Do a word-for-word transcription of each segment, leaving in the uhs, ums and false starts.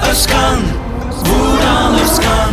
Özkan, Vural Özkan.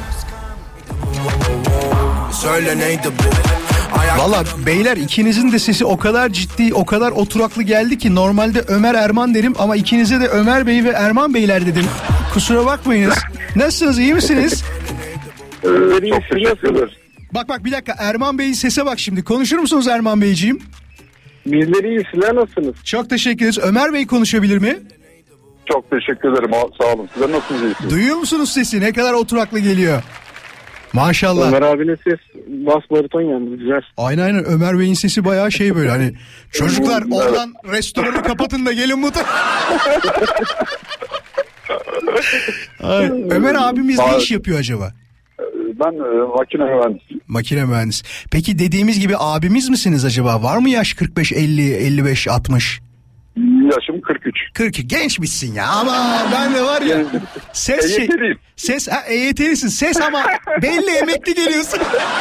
Söyle neydi bu? Valla beyler, ikinizin de sesi o kadar ciddi, o kadar oturaklı geldi ki normalde Ömer Erman derim ama ikinize de Ömer Bey ve Erman Beyler dedim. Kusura bakmayınız. Nasılsınız, iyi misiniz? Ee, çok teşekkür ederiz. Bak bak bir dakika, Erman Bey'in sese bak şimdi. Konuşur musunuz Erman Beyciğim? Bizleri iyi, sizler nasılsınız? Çok teşekkür ederiz. Ömer Bey konuşabilir mi? Çok teşekkür ederim, sağ olun. Sizler nasılsınız, iyisiniz? Duyuyor musunuz sesi? Ne kadar oturaklı geliyor. Maşallah. Ömer abinin ses bas bariton yalnız, güzel. Aynen aynen, Ömer Bey'in sesi bayağı şey böyle hani çocuklar oradan restoranı kapatın da gelin bu tarafa. Ay, Ömer abimiz ne iş yapıyor acaba? Ben e, makine mühendisiyim. Makine mühendisi. Peki dediğimiz gibi abimiz misiniz acaba? Var mı yaş kırk beş, elli, elli beş, altmış? Yaşım kırk üç. kırk iki. Gençmişsin ya. Ama ben de var ya. Ses şey. E Y T'liyim. Ses ha, E Y T'lisin. Ses ama belli emekli geliyorsun.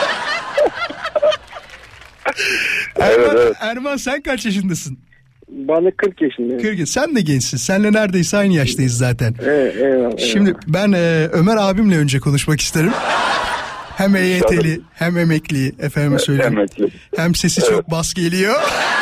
Evet, Erman, evet. Erman sen kaç yaşındasın? Ben de kırk yaşındayım. kırk. Sen de gençsin. Seninle neredeyse aynı yaştayız zaten. Evet, evet. Şimdi ben e, Ömer abimle önce konuşmak isterim. Hem E Y T'li hem emekli, efendime söyleyeyim. Emekli. Hem sesi Evet. çok bas geliyor.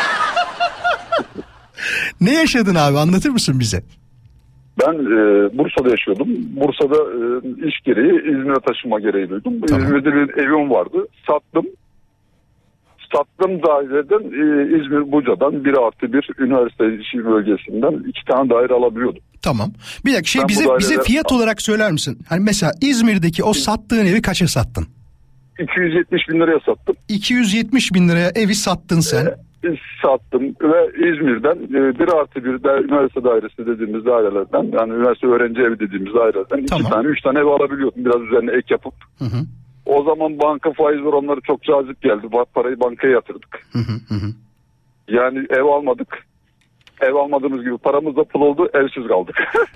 Ne yaşadın abi, anlatır mısın bize? Ben e, Bursa'da yaşıyordum. Bursa'da e, iş gereği İzmir'e taşınma gereği duydum. Tamam. İzmir'de bir evim vardı. Sattım. Sattığım daireden e, İzmir Buca'dan bir artı bir üniversite işi bölgesinden iki tane daire alabiliyordum. Tamam. Bir dakika şey Ben bu bize dairede- bize fiyat olarak söyler misin? Hani mesela İzmir'deki o sattığın evi kaça sattın? iki yüz yetmiş bin liraya sattım. iki yüz yetmiş bin liraya evi sattın sen. E, sattım ve İzmir'den e, bir artı bir de üniversite dairesi dediğimiz dairelerden, yani üniversite öğrenci evi dediğimiz dairelerden Tamam. iki tane üç tane ev alabiliyordum. Biraz üzerine ek yapıp. Hı hı. O zaman banka faiz oranları çok cazip geldi. Parayı bankaya yatırdık. Hı hı hı. Yani ev almadık. Ev almadığımız gibi paramız da pul oldu, evsiz kaldık.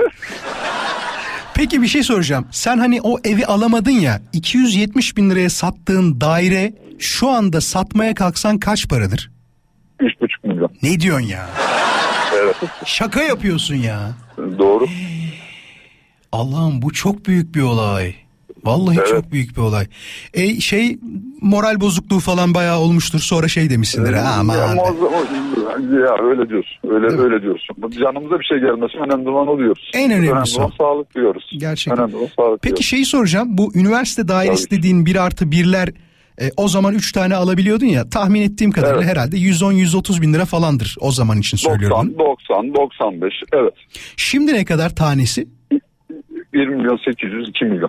Peki bir şey soracağım. Sen hani o evi alamadın ya, iki yüz yetmiş bin liraya sattığın daire şu anda satmaya kalksan kaç paradır? üç buçuk milyon. Ne diyorsun ya? Evet. Şaka yapıyorsun ya. Doğru. Allah'ım, bu çok büyük bir olay. Vallahi Evet. çok büyük bir olay. E şey, moral bozukluğu falan bayağı olmuştur. Sonra şey demişsindir. Ya, Aman. ya, ya öyle diyorsun. Öyle Değil mi? öyle diyorsun. Canımıza bir şey gelmesin, önemli olan o diyoruz. En önemlisi önemli olan o. sağlık diyoruz. Gerçekten. Önemli olan sağlık Peki diyoruz. şeyi soracağım. Bu üniversite dairesi Tabii. dediğin bir artı birler e, o zaman üç tane alabiliyordun ya. Tahmin ettiğim kadarıyla Evet. herhalde yüz on yüz otuz bin lira falandır o zaman için söylüyorum. doksan, doksan, doksan beş, evet. Şimdi ne kadar tanesi? bir milyon sekiz yüz, iki milyon.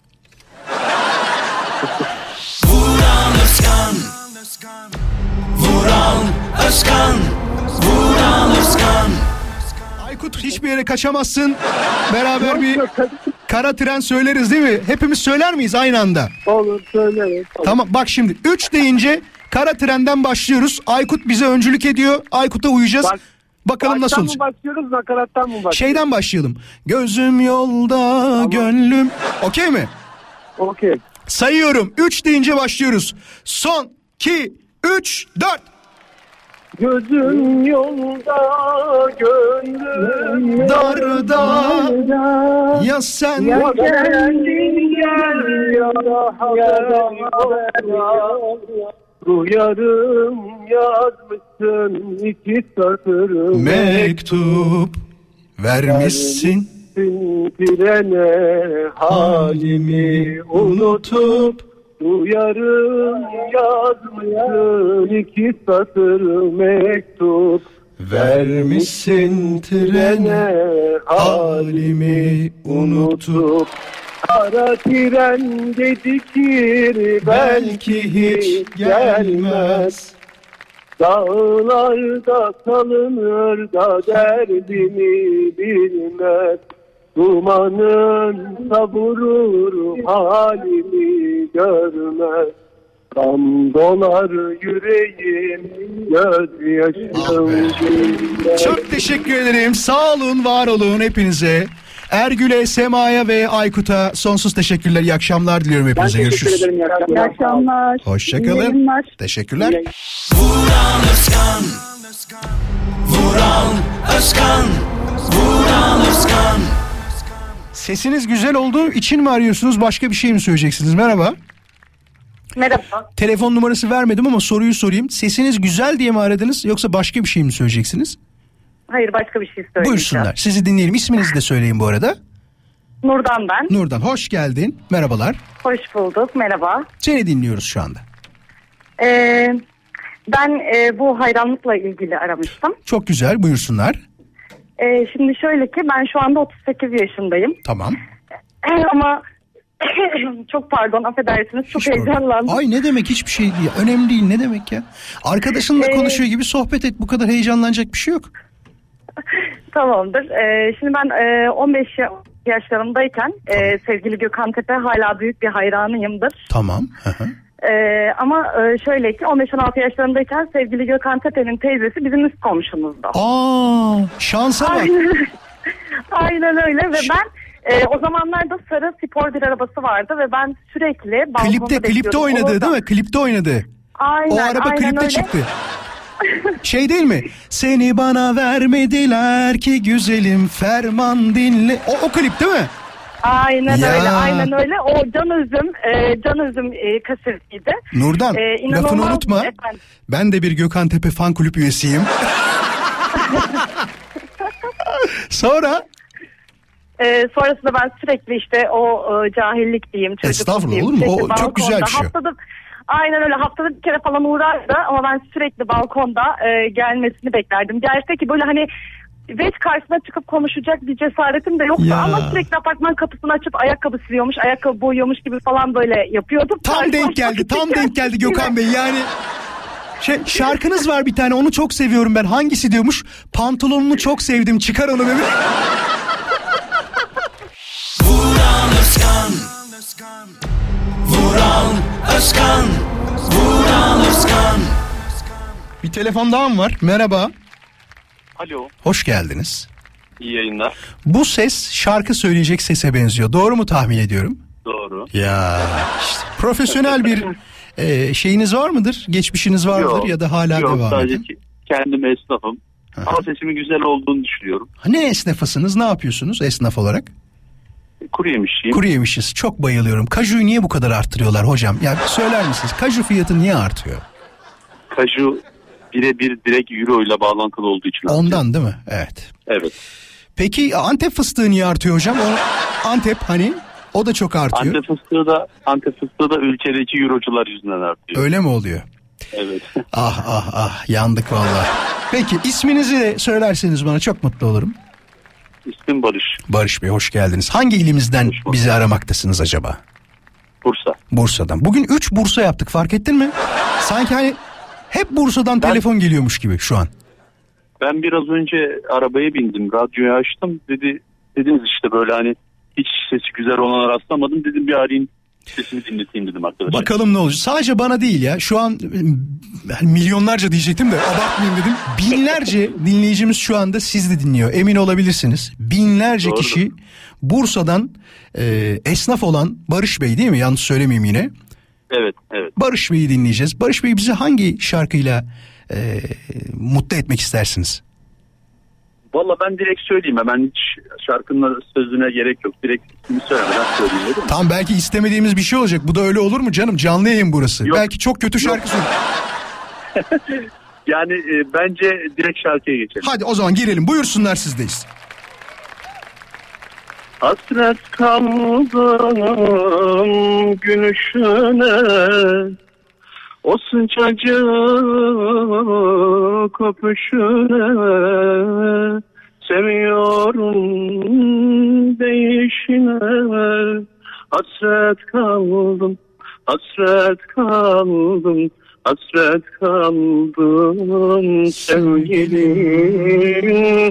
Vural Özkan, Vural Özkan, Vural Özkan. Aykut, hiçbir yere kaçamazsın. Beraber bir kara tren söyleriz değil mi? Hepimiz söyler miyiz aynı anda? Olur, söyleriz. Tamam, bak şimdi üç deyince kara trenden başlıyoruz. Aykut bize öncülük ediyor. Aykut'a uyacağız. Bak- Bakalım nasıl olacak. mı başlıyoruz, nakarattan mı başlıyoruz? Şeyden başlayalım. Gözüm yolda, gönlüm. Okey mi? Okey. Sayıyorum. üç deyince başlıyoruz. Son, iki, üç, dört. Gözüm yolda, gönlüm Darda ya sen. geldin gel ya duyarım yazmışsın iki satır Mektup vermişsin. Trene halimi unutup duyarım yazmışsın iki satır mektup Vermişsin trene halimi unutup. Kara tren gecikir belki hiç gelmez. Dağlarda salınır da derdimi bilmez. Dumanın savurur halimi görmez. Kan dolar yüreğim, gözyaşım dinmez. Çok teşekkür ederim. Sağ olun, var olun hepinize. Ergül'e, Sema'ya ve Aykut'a sonsuz teşekkürler. İyi akşamlar diliyorum hepinize. Görüşürüz. İyi akşamlar. İyi Hoşçakalın. yayınlar. Teşekkürler. Vural Özkan, Vural Özkan, Vural Özkan. Sesiniz güzel olduğu için mi arıyorsunuz? Başka bir şey mi söyleyeceksiniz? Merhaba. Merhaba. Telefon numarası vermedim ama soruyu sorayım. Sesiniz güzel diye mi aradınız yoksa başka bir şey mi söyleyeceksiniz? Hayır, başka bir şey söyleyeceğim. Buyursunlar. Sizi dinleyelim. İsminizi de söyleyin bu arada. Nurdan ben. Nurdan, hoş geldin. Merhabalar. Hoş bulduk. Merhaba. Seni dinliyoruz şu anda. Ee, ben e, bu hayranlıkla ilgili aramıştım. Çok güzel, buyursunlar. Ee, şimdi şöyle ki ben şu anda otuz sekiz yaşındayım. Tamam. Ama çok pardon, affedersiniz, çok Hiç problem. heyecanlandım. Ay ne demek, hiçbir şey değil. Önemli değil, ne demek ya. Arkadaşınla Ee, konuşuyor gibi sohbet et, bu kadar heyecanlanacak bir şey yok. Tamamdır. Ee, şimdi ben e, on beş yaşlarımdayken e, sevgili Gökhan Tepe hala büyük bir hayranıyımdır. Tamam. Hı hı. Ee, ama e, şöyle ki on beş on altı yaşlarındayken sevgili Gökhan Tepe'nin teyzesi bizim üst komşumuzdu. Aa, şansa bak. Aynen, aynen öyle ve ben e, o zamanlarda sarı spor bir arabası vardı ve ben sürekli balkonda Klipte, klipte bekliyordum. oynadı Orada- değil mi? Klipte oynadı. Aynen, O araba aynen klipte öyle. çıktı. Şey değil mi? Seni bana vermediler ki güzelim, ferman dinle. O, o klip değil mi? Aynen Ya. öyle, aynen öyle. O Can Özüm, e, Can Özüm e, kasetiydi. Nurdan, Ee, inanılmaz- lafını unutma. Efendim? Ben de bir Gökhan Tepe fan kulüp üyesiyim. Sonra? Ee, sonrasında ben sürekli işte o e, cahillik diyeyim, çocukluk Estağfurullah, diyeyim. olur mu? O Sürekli çok güzel bir şey. Haftada, aynen öyle, haftada bir kere falan uğrardı ama ben sürekli balkonda e, gelmesini beklerdim. Gelse ki böyle hani veç karşısına çıkıp konuşacak bir cesaretim de yoktu Ya. ama sürekli apartman kapısını açıp ayakkabı siliyormuş, ayakkabı boyuyormuş gibi falan böyle yapıyordum. Tam Karşıma denk geldi, çok tam küçük denk geldi yaşta- Gökhan Bey. Yani şey, şarkınız var bir tane, onu çok seviyorum ben. Hangisi diyormuş? Pantolonunu çok sevdim, çıkar onu dedi. Vuran Özkan. Vuran Özkan. Vuran Özkan. Bir telefon daha mı var? Merhaba. Alo, Hoş geldiniz. iyi yayınlar. Bu ses şarkı söyleyecek sese benziyor. Doğru mu tahmin ediyorum? Doğru. Ya işte profesyonel bir e, şeyiniz var mıdır? Geçmişiniz var mıdır Yok, ya da hala Yok, devam sadece edin? ki kendim esnafım. Aha. Ama sesimin güzel olduğunu düşünüyorum. Ne esnafısınız? Ne yapıyorsunuz esnaf olarak? Kuru yemişçiyim. Kuru yemişiz. Çok bayılıyorum. Kaju'yu niye bu kadar arttırıyorlar hocam? Ya söyler misiniz? Kaju fiyatı niye artıyor? Kaju birebir direkt euro ile bağlantılı olduğu için. Ondan değil mi? Evet. Evet. Peki Antep fıstığı niye artıyor hocam? O, Antep hani o da çok artıyor. Antep fıstığı da Antep fıstığı da ülkedeki eurocular yüzünden artıyor. Öyle mi oluyor? Evet. Ah ah ah, yandık vallahi. Peki isminizi de söylerseniz bana çok mutlu olurum. İsmim Barış. Barış Bey, hoş geldiniz. Hangi ilimizden Hoş bulduk. bizi aramaktasınız acaba? Bursa. Bursa'dan. Bugün üç Bursa yaptık, fark ettin mi? Sanki hani hep Bursa'dan Ben- telefon geliyormuş gibi şu an. Ben biraz önce arabaya bindim. Radyoyu açtım. Dedi dediniz işte böyle hani hiç sesi güzel olana rastlamadım. Dedim bir arayayım. Sesimi dinleteyim dedim arkadaşlar. Bakalım ne olacak. Sadece bana değil ya. Şu an yani milyonlarca diyecektim de abartmayayım dedim. Binlerce dinleyicimiz şu anda siz de dinliyor. Emin olabilirsiniz. Binlerce Doğrudur. kişi Bursa'dan e, esnaf olan Barış Bey, değil mi? Yanlış söylemeyeyim yine. Evet, evet. Barış Bey'i dinleyeceğiz. Barış Bey, bizi hangi şarkıyla e, mutlu etmek istersiniz? Valla ben direkt söyleyeyim, hemen hiç şarkının sözüne gerek yok. Direkt ismini söylemeden söyleyeyim dedim. Tam belki istemediğimiz bir şey olacak. Bu da öyle olur mu canım? Canlı yayın burası. Yok. Belki çok kötü şarkı söylüyor. Yani e, bence direkt şarkıya geçelim. Hadi o zaman girelim. Buyursunlar, sizdeyiz. Hasret kaldım gülüşüne, o sıcacık öpüşüne, seviyorum değişine. Hasret kaldım, hasret kaldım, hasret kaldım sevgilim.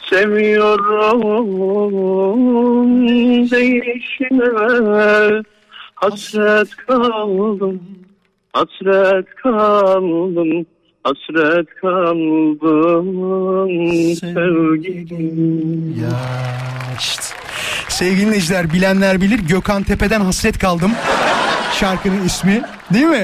Seviyorum değişine, hasret kaldım, hasret kaldım, hasret kaldım sevgilim. Ya işte. Sevgili dinleyiciler, bilenler bilir. Gökhan Tepe'den Hasret Kaldım şarkının ismi, değil mi?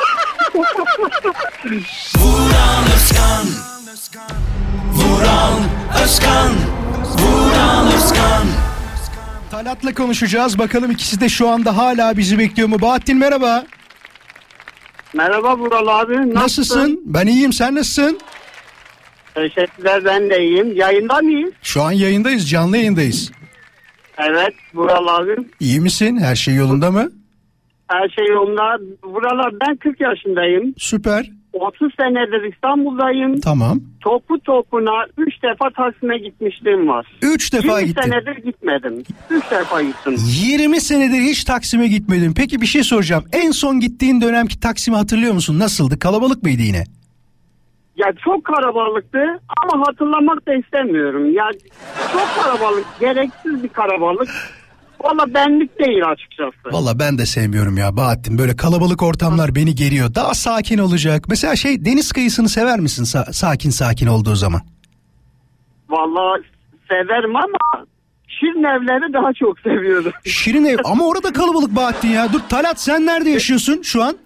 Vuran Özkan. Vuran Özkan. Vuran Özkan. Talat'la konuşacağız. Bakalım ikisi de şu anda hala bizi bekliyor mu? Bahattin merhaba. Merhaba Vural abi. Nasılsın? Nasılsın? Ben iyiyim. Sen nasılsın? Teşekkürler, ben de iyiyim. Yayında mıyız? Şu an yayındayız. Canlı yayındayız. Evet Vural abi. İyi misin? Her şey yolunda mı? Her şey yolunda. Vural abi, ben kırk yaşındayım. Süper. otuz senedir İstanbul'dayım. Tamam. Topu topuna üç defa Taksim'e gitmişliğim var. Üç defa yirmi gittin. senedir gitmedim. üç defa gittim. yirmi senedir hiç Taksim'e gitmedin. Peki bir şey soracağım. En son gittiğin dönemki Taksim'i hatırlıyor musun? Nasıldı? Kalabalık mıydı yine? Ya çok kalabalıktı ama hatırlamak da istemiyorum. Ya çok kalabalık, gereksiz bir kalabalık. Valla benlik değil açıkçası. Valla ben de sevmiyorum ya Bahattin. Böyle kalabalık ortamlar beni geriyor. Daha sakin olacak. Mesela şey, deniz kıyısını sever misin sa- sakin sakin olduğu zaman? Valla severim ama Şirin evleri daha çok seviyorum. Şirin ev ama orada kalabalık Bahattin ya. Dur Talat, sen nerede yaşıyorsun şu an?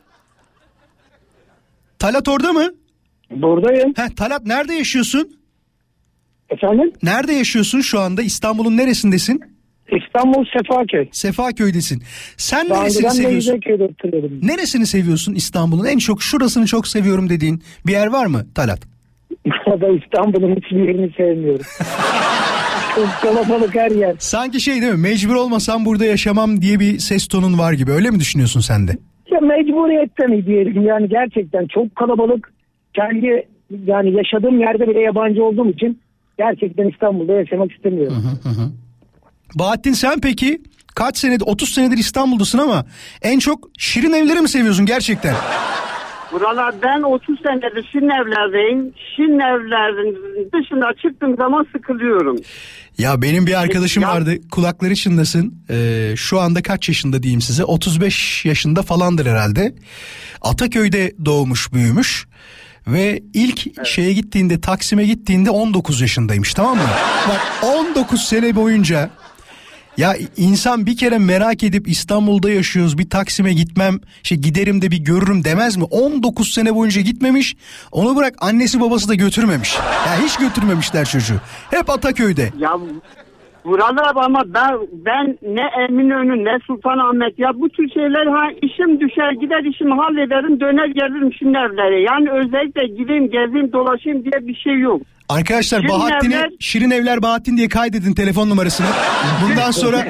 Talat orada mı? Buradayım. Heh, Talat nerede yaşıyorsun? Efendim? Nerede yaşıyorsun şu anda? İstanbul'un neresindesin? İstanbul Sefaköy. Sefaköy'desin. Sen Daha neresini önceden seviyorsun? Mecidiyeköy'de oturuyordum. Neresini seviyorsun İstanbul'un? En çok şurasını çok seviyorum dediğin bir yer var mı Talat? Ben İstanbul'un hiçbir yerini sevmiyorum. Çok kalabalık her yer. Sanki şey değil mi? Mecbur olmasam burada yaşamam diye bir ses tonun var gibi. Öyle mi düşünüyorsun sen de? Ya mecburiyette mi diyelim, yani gerçekten çok kalabalık. Kendi yani yaşadığım yerde bile yabancı olduğum için gerçekten İstanbul'da yaşamak istemiyorum. Hı hı hı. Bahattin sen peki kaç senedir, otuz senedir İstanbul'dasın ama en çok Şirin evleri mi seviyorsun gerçekten? Buralar, ben otuz senedir Şirin evlerdeyim. Şirin evlerin dışında çıktığım zaman sıkılıyorum. Ya benim bir arkadaşım Ya- vardı, kulakları çınlasın. Ee, şu anda kaç yaşında diyeyim size, otuz beş yaşında falandır herhalde. Ataköy'de doğmuş büyümüş. Ve ilk evet. şeye gittiğinde, Taksim'e gittiğinde on dokuz yaşındaymış, tamam mı? Bak on dokuz sene boyunca ya insan bir kere merak edip İstanbul'da yaşıyoruz, bir Taksim'e gitmem, şey giderim de bir görürüm demez mi? on dokuz sene boyunca gitmemiş, onu bırak annesi babası da götürmemiş. Ya hiç götürmemişler çocuğu. Hep Ataköy'de. Ya Vural abi, ama ben ben ne Eminönü ne Sultanahmet, ya bu tür şeyler, ha işim düşer gider işimi hallederim, döner gelirim Şirin evlere. Yani özellikle gideyim gezeyim dolaşayım diye bir şey yok. Arkadaşlar Şirin Bahattin'i evler... Şirin Evler Bahattin diye kaydedin telefon numarasını. Bundan sonra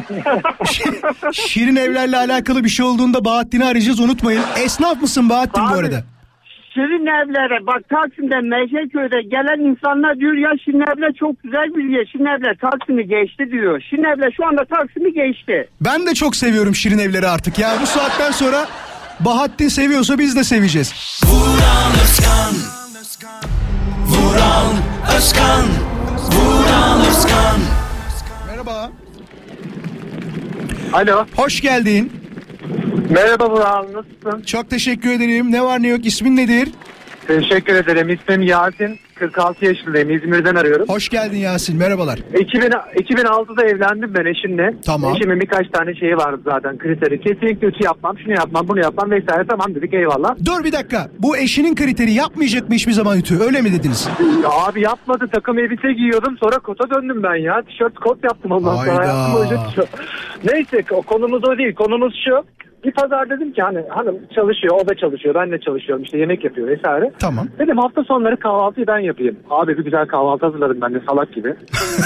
Şirin Evler'le alakalı bir şey olduğunda Bahattin'i arayacağız, unutmayın. Esnaf mısın Bahattin Abi, bu arada? Şirin evlere bak, Taksim'de Mecidiyeköy'de gelen insanlar diyor ya Şirin evler çok güzel bir yer. Şirin evler Taksim'i geçti diyor. Şirin evler şu anda Taksim'i geçti. Ben de çok seviyorum Şirin Evleri artık. Ya bu saatten sonra Bahattin seviyorsa biz de seveceğiz. Vural Özkan, Vural Özkan, Vural Özkan. Merhaba. Alo. Hoş geldin. Merhaba Vural, nasılsın? Çok teşekkür ederim. Ne var ne yok, ismin nedir? Teşekkür ederim. İsmim Yasin. kırk altı yaşındayım. İzmir'den arıyorum. Hoş geldin Yasin, merhabalar. iki bin, iki bin altıda evlendim ben eşimle. Tamam. Eşimin birkaç tane şeyi vardı zaten, kriteri. Kesinlikle ütü yapmam, şunu yapmam, bunu yapmam vesaire. Tamam dedik, eyvallah. Dur bir dakika. Bu eşinin kriteri, yapmayacak mı hiçbir zaman ütü? Öyle mi dediniz? Ya abi yapmadı, takım elbise giyiyordum, sonra kota döndüm ben ya. Tişört kot yaptım ondan Hayda. sonra. Hayatım boyunca tişört. Neyse, o konumuz o değil. Konumuz şu. Bir pazar dedim ki hani hanım çalışıyor, o da çalışıyor, ben de çalışıyorum, işte yemek yapıyor vesaire. Tamam. Dedim hafta sonları kahvaltıyı ben yapayım. Abi bir güzel kahvaltı hazırladım ben de, salak gibi.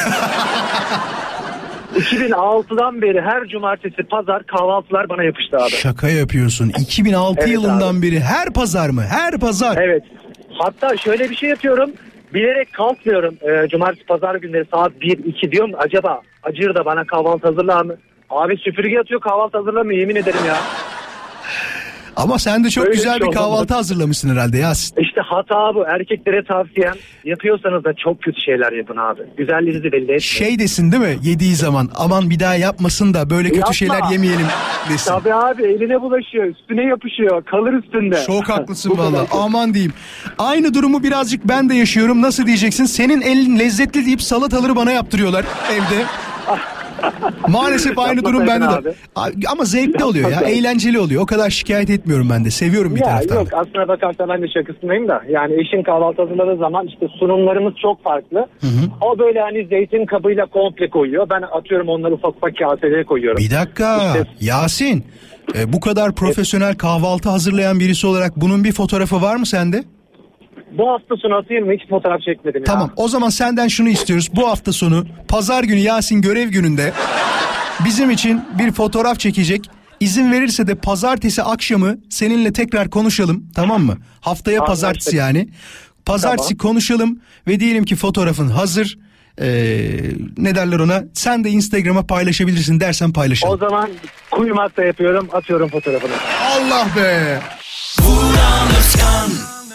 iki bin altıdan beri her cumartesi pazar kahvaltılar bana yapıştı abi. Şaka yapıyorsun. iki bin altı Evet yılından abi. beri her pazar mı? Her pazar. Evet. Hatta şöyle bir şey yapıyorum. Bilerek kalkmıyorum. Ee, cumartesi pazar günleri saat bir iki diyorum. Acaba Acır da bana kahvaltı hazırlar mı? Abi süpürge atıyor, kahvaltı hazırlamıyor, yemin ederim ya. Ama sen de çok Öyle güzel bir bir şey kahvaltı olmadı. hazırlamışsın herhalde Yasin. İşte hata bu. Erkeklere tavsiyem, yapıyorsanız da çok kötü şeyler yapın abi. Güzelliğinizi belli etmeyin. Şey desin değil mi? Yediği zaman aman bir daha yapmasın da böyle kötü Yapma. şeyler yemeyelim desin. Tabii abi, eline bulaşıyor, üstüne yapışıyor, kalır üstünde. Çok haklısın Bu valla. kadar. Aman diyeyim. Aynı durumu birazcık ben de yaşıyorum. Nasıl diyeceksin? Senin elin lezzetli deyip salataları bana yaptırıyorlar evde. Maalesef aynı durum bende de. Ama zevkli oluyor ya, eğlenceli oluyor. O kadar şikayet etmiyorum ben de. Seviyorum bir ya taraftan. Yok aslına bakarsan ben de şakasındayım da. Yani eşim kahvaltı hazırladığı zaman işte sunumlarımız çok farklı. Hı hı. O böyle hani zeytin kabıyla komple koyuyor. Ben atıyorum onları ufak ufak kaselere koyuyorum. Bir dakika İşte... Yasin. E, bu kadar profesyonel kahvaltı hazırlayan birisi olarak bunun bir fotoğrafı var mı sende? Bu hafta sonu atayım mı? Hiç fotoğraf çekmedim ya. Tamam, o zaman senden şunu istiyoruz. Bu hafta sonu pazar günü Yasin görev gününde bizim için bir fotoğraf çekecek. İzin verirse de pazartesi akşamı seninle tekrar konuşalım, tamam mı? Haftaya Anlaştık. pazartesi yani. Pazartesi tamam. Konuşalım ve diyelim ki fotoğrafın hazır. Ee, ne derler ona? Sen de Instagram'a paylaşabilirsin dersen paylaşalım. O zaman kuyumakta yapıyorum, atıyorum fotoğrafını. Allah be! Vural Özkan,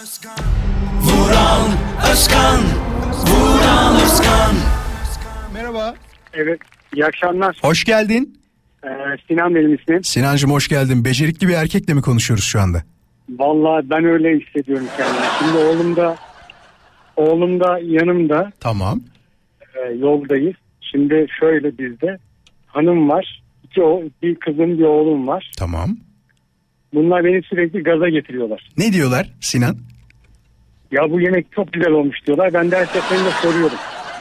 Vural Özkan, Vural Özkan. Merhaba. Evet, iyi akşamlar. Hoş geldin. Ee, Sinan benim ismim. Sinancığım hoş geldin. Becerikli bir erkekle mi konuşuyoruz şu anda? Vallahi ben öyle hissediyorum kendimi. Şimdi oğlum da oğlum da yanımda. Tamam. E, yoldayız. Şimdi şöyle bizde hanım var. İki o, bir kızım bir oğlum var. Tamam. Bunlar beni sürekli gaza getiriyorlar. Ne diyorlar Sinan? Ya bu yemek çok güzel olmuş diyorlar. Ben de her seferinde soruyorum.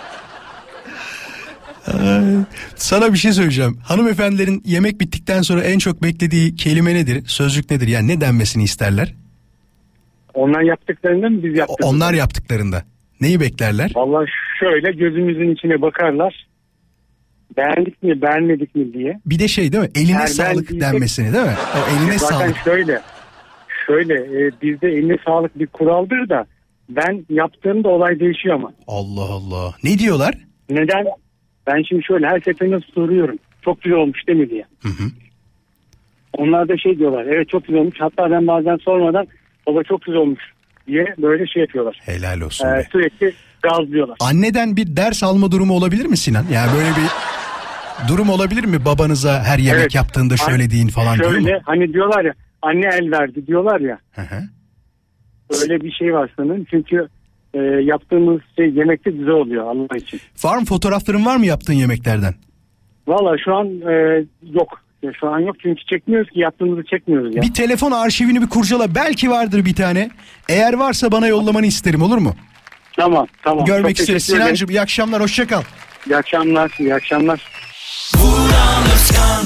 Ee, sana bir şey söyleyeceğim. Hanımefendilerin yemek bittikten sonra en çok beklediği kelime nedir? Sözcük nedir? Yani ne denmesini isterler? Onlar yaptıklarında mı biz yaptık? Onlar yaptıklarında. Neyi beklerler? Vallahi şöyle gözümüzün içine bakarlar. Beğendik mi beğenmedik mi diye. Bir de şey değil mi? Eline yani sağlık diyecek, denmesini değil mi? O eline zaten sağlık. Zaten şöyle. Şöyle e, bizde eline sağlık bir kuraldır da ben yaptığımda olay değişiyor ama. Allah Allah. Ne diyorlar? Neden? Ben şimdi şöyle her seferinde soruyorum. Çok güzel olmuş değil mi diye. Hı hı. Onlar da şey diyorlar. Evet çok güzel olmuş. Hatta ben bazen sormadan baba çok güzel olmuş diye böyle şey yapıyorlar. Helal olsun ee, be. Sürekli gazlıyorlar. Anneden bir ders alma durumu olabilir mi Sinan? Yani böyle bir durum olabilir mi? Babanıza her yemek evet. yaptığında şöyle deyin falan diyor mu? Şöyle hani diyorlar ya anne el verdi diyorlar ya. Hı hı. Öyle bir şey var sanırım. Çünkü e, yaptığımız şey yemekte güzel oluyor Allah için. Var mı fotoğrafların var mı yaptığın yemeklerden? Valla şu an e, yok. Ya şu an yok çünkü çekmiyoruz ki yaptığımızı çekmiyoruz ya. Bir telefon arşivini bir kurcala, belki vardır bir tane. Eğer varsa bana yollamanı isterim, olur mu? Tamam tamam. Görmek isteriz. Sinancığım iyi akşamlar, hoşça kal. İyi akşamlar, iyi akşamlar. Vural Özkan,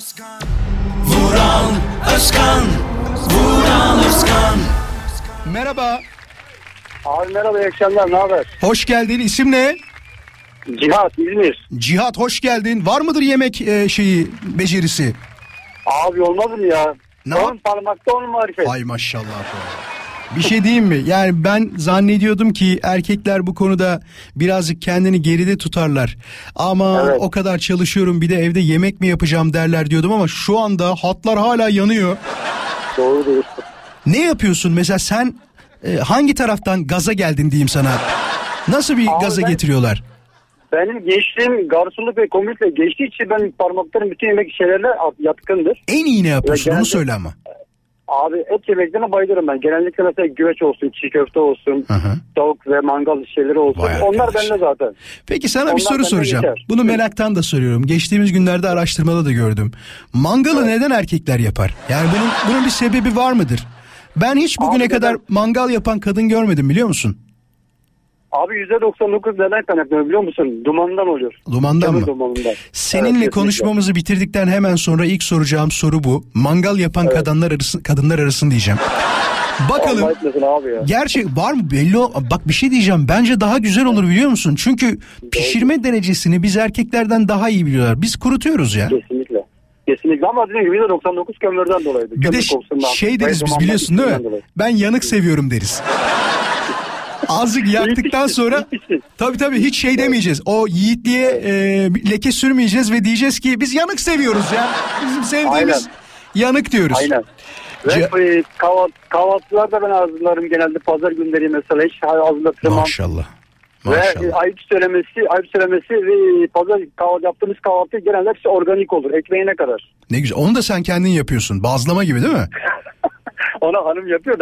Vural Özkan, Vural Özkan. Merhaba. Abi merhaba, iyi akşamlar, ne haber? Hoş geldin, isim ne? Cihat, İzmir. Cihat hoş geldin. Var mıdır yemek e, şeyi, becerisi? Abi olmaz mı ya? Ne? On parmakta on marifet. Ay maşallah. Bir şey diyeyim mi? Yani ben zannediyordum ki erkekler bu konuda birazcık kendini geride tutarlar. Ama evet. O kadar çalışıyorum bir de evde yemek mi yapacağım derler diyordum ama şu anda hatlar hala yanıyor. Doğru diyorsun. Ne yapıyorsun? Mesela sen e, hangi taraftan gaza geldin diyeyim sana? Nasıl bir Abi gaza ben, getiriyorlar? Benim gençliğim garsonluk ve komünitle geçtiği için ben parmaklarım bütün yemek şeylerle yatkındır. En iyi ne yapıyorsun? Genelde, onu söyle ama. Abi et yemeklerine bayılırım ben. Genellikle mesela güveç olsun, çiğ köfte olsun, Hı-hı. tavuk ve mangal şeyleri olsun. Vay Onlar arkadaş. bende zaten. Peki sana Onlar bir soru soracağım. Geçer. Bunu meraktan da soruyorum. Geçtiğimiz günlerde araştırmada da gördüm. Mangalı evet. neden erkekler yapar? Yani bunun bunun bir sebebi var mıdır? Ben hiç bugüne Abi kadar neden? mangal yapan kadın görmedim, biliyor musun? Abi yüzde doksan dokuz neden kaynaklanıyor biliyor musun? Dumandan oluyor. Dumandan Kömür mı? Dumanından. Seninle evet, konuşmamızı bitirdikten hemen sonra ilk soracağım soru bu. Mangal yapan evet. kadınlar arasın, kadınlar arasın diyeceğim. Bakalım. Abi ya. Gerçek var mı belli o. Bak bir şey diyeceğim. Bence daha güzel olur biliyor musun? Çünkü pişirme Doğru. derecesini biz erkeklerden daha iyi biliyorlar. Biz kurutuyoruz ya. Kesinlikle. Kesinlikle ama dediğim gibi yüzde doksan dokuz kömürden dolayı. Bir de şey deriz biz, biliyorsun değil mi? Dolayı. Ben yanık seviyorum deriz. Azıcık yaktıktan sonra tabii tabii hiç şey demeyeceğiz. O yiğitliğe e, leke sürmeyeceğiz ve diyeceğiz ki biz yanık seviyoruz ya. Bizim sevdiğimiz Aynen. yanık diyoruz. Aynen. Ve C- kahvaltı, kahvaltılarda ben hazırlarım genelde pazar günleri mesela hiç hazırlatırım. Maşallah. Maşallah. Ve ayıp söylemesi, ayıp söylemesi ve pazar kahvaltı yaptığımız kahvaltı genelde hepsi organik olur. Ekmeğine kadar. Ne güzel. Onu da sen kendin yapıyorsun. Bazlama gibi değil mi? Ona hanım yapıyor da.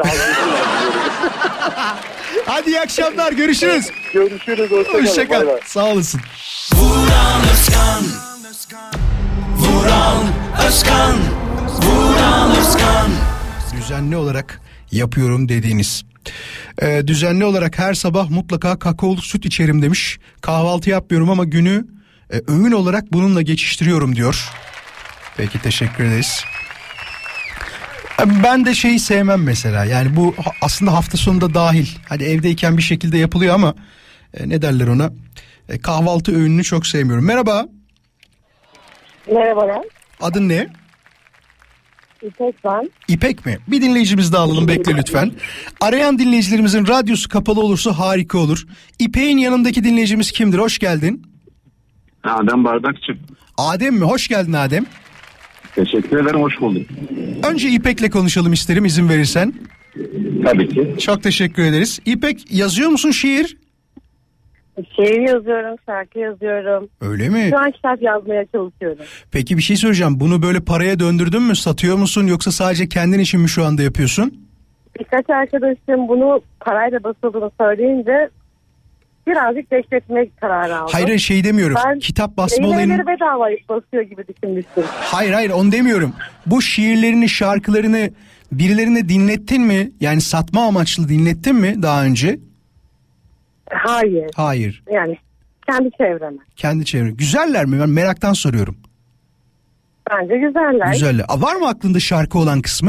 Hadi iyi akşamlar, görüşürüz. Görüşürüz. Hoşça kal. Sağ olasın. Vural Özkan, Vural Özkan, Vural Özkan. Düzenli olarak yapıyorum dediğiniz. Ee, düzenli olarak her sabah mutlaka kakaolu süt içerim demiş. Kahvaltı yapmıyorum ama günü e, öğün olarak bununla geçiştiriyorum diyor. Peki, teşekkür ederiz. Ben de şeyi sevmem mesela. Yani bu aslında hafta sonunda dahil. Hani evdeyken bir şekilde yapılıyor ama e, ne derler ona? E, kahvaltı öğününü çok sevmiyorum. Merhaba. Merhabalar. Adın ne? İpek ben. İpek mi? Bir dinleyicimiz daha alalım, bekle lütfen. Arayan dinleyicilerimizin radyosu kapalı olursa harika olur. İpek'in yanındaki dinleyicimiz kimdir? Hoş geldin. Adem Bardakçı. Adem mi? Hoş geldin Adem. Teşekkür ederim, hoş bulduk. Önce İpek'le konuşalım isterim, izin verirsen. Tabii ki. Çok teşekkür ederiz. İpek, yazıyor musun şiir? Şiir yazıyorum, şarkı yazıyorum. Öyle mi? Şu an kitap yazmaya çalışıyorum. Peki bir şey söyleyeceğim. Bunu böyle paraya döndürdün mü? Satıyor musun yoksa sadece kendin için mi şu anda yapıyorsun? Birkaç arkadaşım bunu parayla basıldığını söyleyince birazcık bekletmek kararı aldım. Hayır, şey demiyorum. Ben kitap basma olayını... e-mailleri bedava basıyor gibi düşünmüştüm. Hayır hayır onu demiyorum. Bu şiirlerini, şarkılarını birilerine dinlettin mi? Yani satma amaçlı dinlettin mi daha önce? Hayır. Hayır. Yani kendi çevreme. Kendi çevreme. Güzeller mi? Ben meraktan soruyorum. Bence güzeller. Güzeller. Aa, var mı aklında şarkı olan kısmı?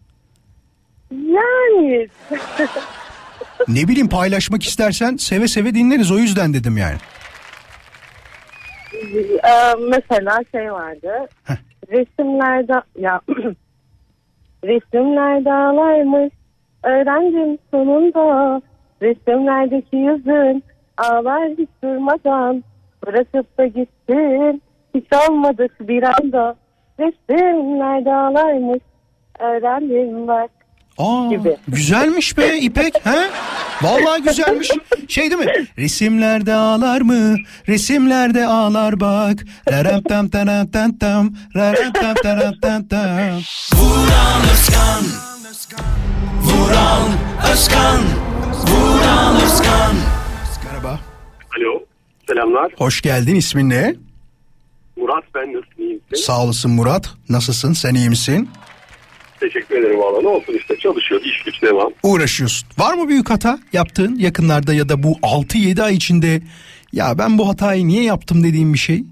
Yani. Ne bileyim, paylaşmak istersen seve seve dinleriz, o yüzden dedim yani. Ee, mesela şey vardı. Heh. Resimlerde ya resimlerde ağlarmış öğrendim sonunda, resimlerdeki yüzün ağlar hiç durmadan, bırakıp da gittin hiç olmadı bir anda, resimlerde ağlarmış öğrendim bak. Aa, gibi. Güzelmiş be İpek, he? Vallahi güzelmiş. Şey değil mi? Resimlerde ağlar mı? Resimlerde ağlar bak. Raram tam tam tam tam. Raram tam tam tam tam. Vural Özkan, Vural Özkan, Vural Özkan. Merhaba. Alo, selamlar. Hoş geldin, ismin ne? Murat, ben nasılsın, iyi misin? Sağ olasın Murat. Nasılsın, sen iyi misin? Teşekkür ederim valla, ne olsun işte, çalışıyor, iş güç devam. Uğraşıyorsun. Var mı büyük hata yaptığın yakınlarda ya da bu altı yedi ay içinde, ya ben bu hatayı niye yaptım dediğin bir şey?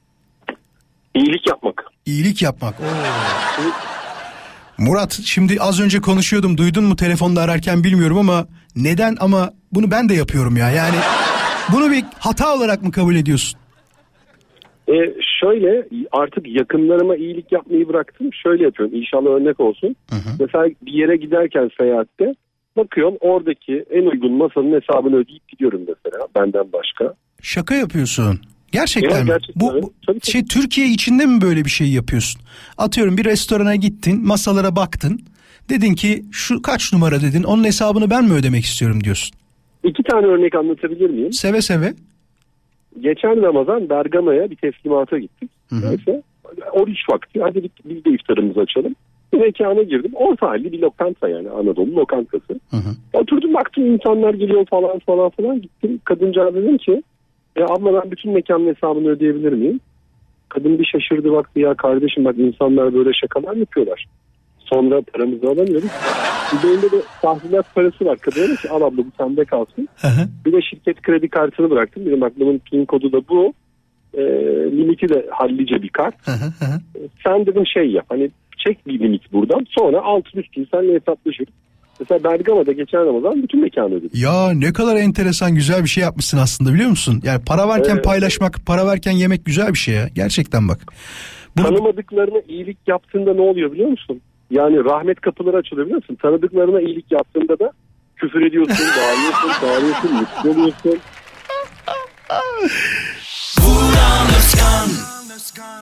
İyilik yapmak. İyilik yapmak. Oo. Murat, şimdi az önce konuşuyordum, duydun mu telefonda ararken bilmiyorum ama neden, ama bunu ben de yapıyorum ya. Yani bunu bir hata olarak mı kabul ediyorsun? Ee, şöyle, artık yakınlarıma iyilik yapmayı bıraktım. Şöyle yapıyorum, İnşallah örnek olsun. Hı hı. Mesela bir yere giderken seyahatte bakıyorum, oradaki en uygun masanın hesabını ödeyip gidiyorum mesela, benden başka. Şaka yapıyorsun. Gerçekten evet, mi? gerçekten, Bu, evet. bu Tabii, tabii. şey, Türkiye içinde mi böyle bir şey yapıyorsun? Atıyorum, bir restorana gittin, masalara baktın. Dedin ki şu kaç numara dedin, onun hesabını ben mi ödemek istiyorum diyorsun. İki tane örnek anlatabilir miyim? Seve seve. Geçen Ramazan Bergama'ya bir teslimata gittik. Hı hı. Neyse, oruç vakti, hadi biz de iftarımızı açalım. Bir mekana girdim. Orta halli bir lokanta, yani Anadolu lokantası. Hı hı. Oturdum, baktım insanlar geliyor falan falan falan. Gittim kadıncağız, dedim ki ya abla, ben bütün mekanın hesabını ödeyebilir miyim? Kadın bir şaşırdı, baktı, ya kardeşim bak, insanlar böyle şakalar yapıyorlar. Sonra paramızı alamıyoruz. Bir de elinde de tahsilat parası var. Kadın dedi ki al abla, bu sende kalsın. Hı hı. Bir de şirket kredi kartını bıraktım. Dedim bak, bunun pin kodu da bu. E, limiti de hallice bir kart. Hı hı hı. Sen dedim şey yap, hani çek bir limit buradan. Sonra altın üstün seninle hesaplaşır. Mesela Bergama'da geçen Ramazan bütün mekanı ödedim. Ya ne kadar enteresan, güzel bir şey yapmışsın aslında, biliyor musun? Yani para varken evet, paylaşmak, para verken yemek güzel bir şey ya. Gerçekten bak. Bunu... Tanımadıklarına iyilik yaptığında ne oluyor biliyor musun? Yani rahmet kapıları açılıyor, biliyor musun? Tanıdıklarına iyilik yaptığında da küfür ediyorsun, bağırıyorsun, bağırıyorsun, mutlu oluyorsun. Vural Özkan.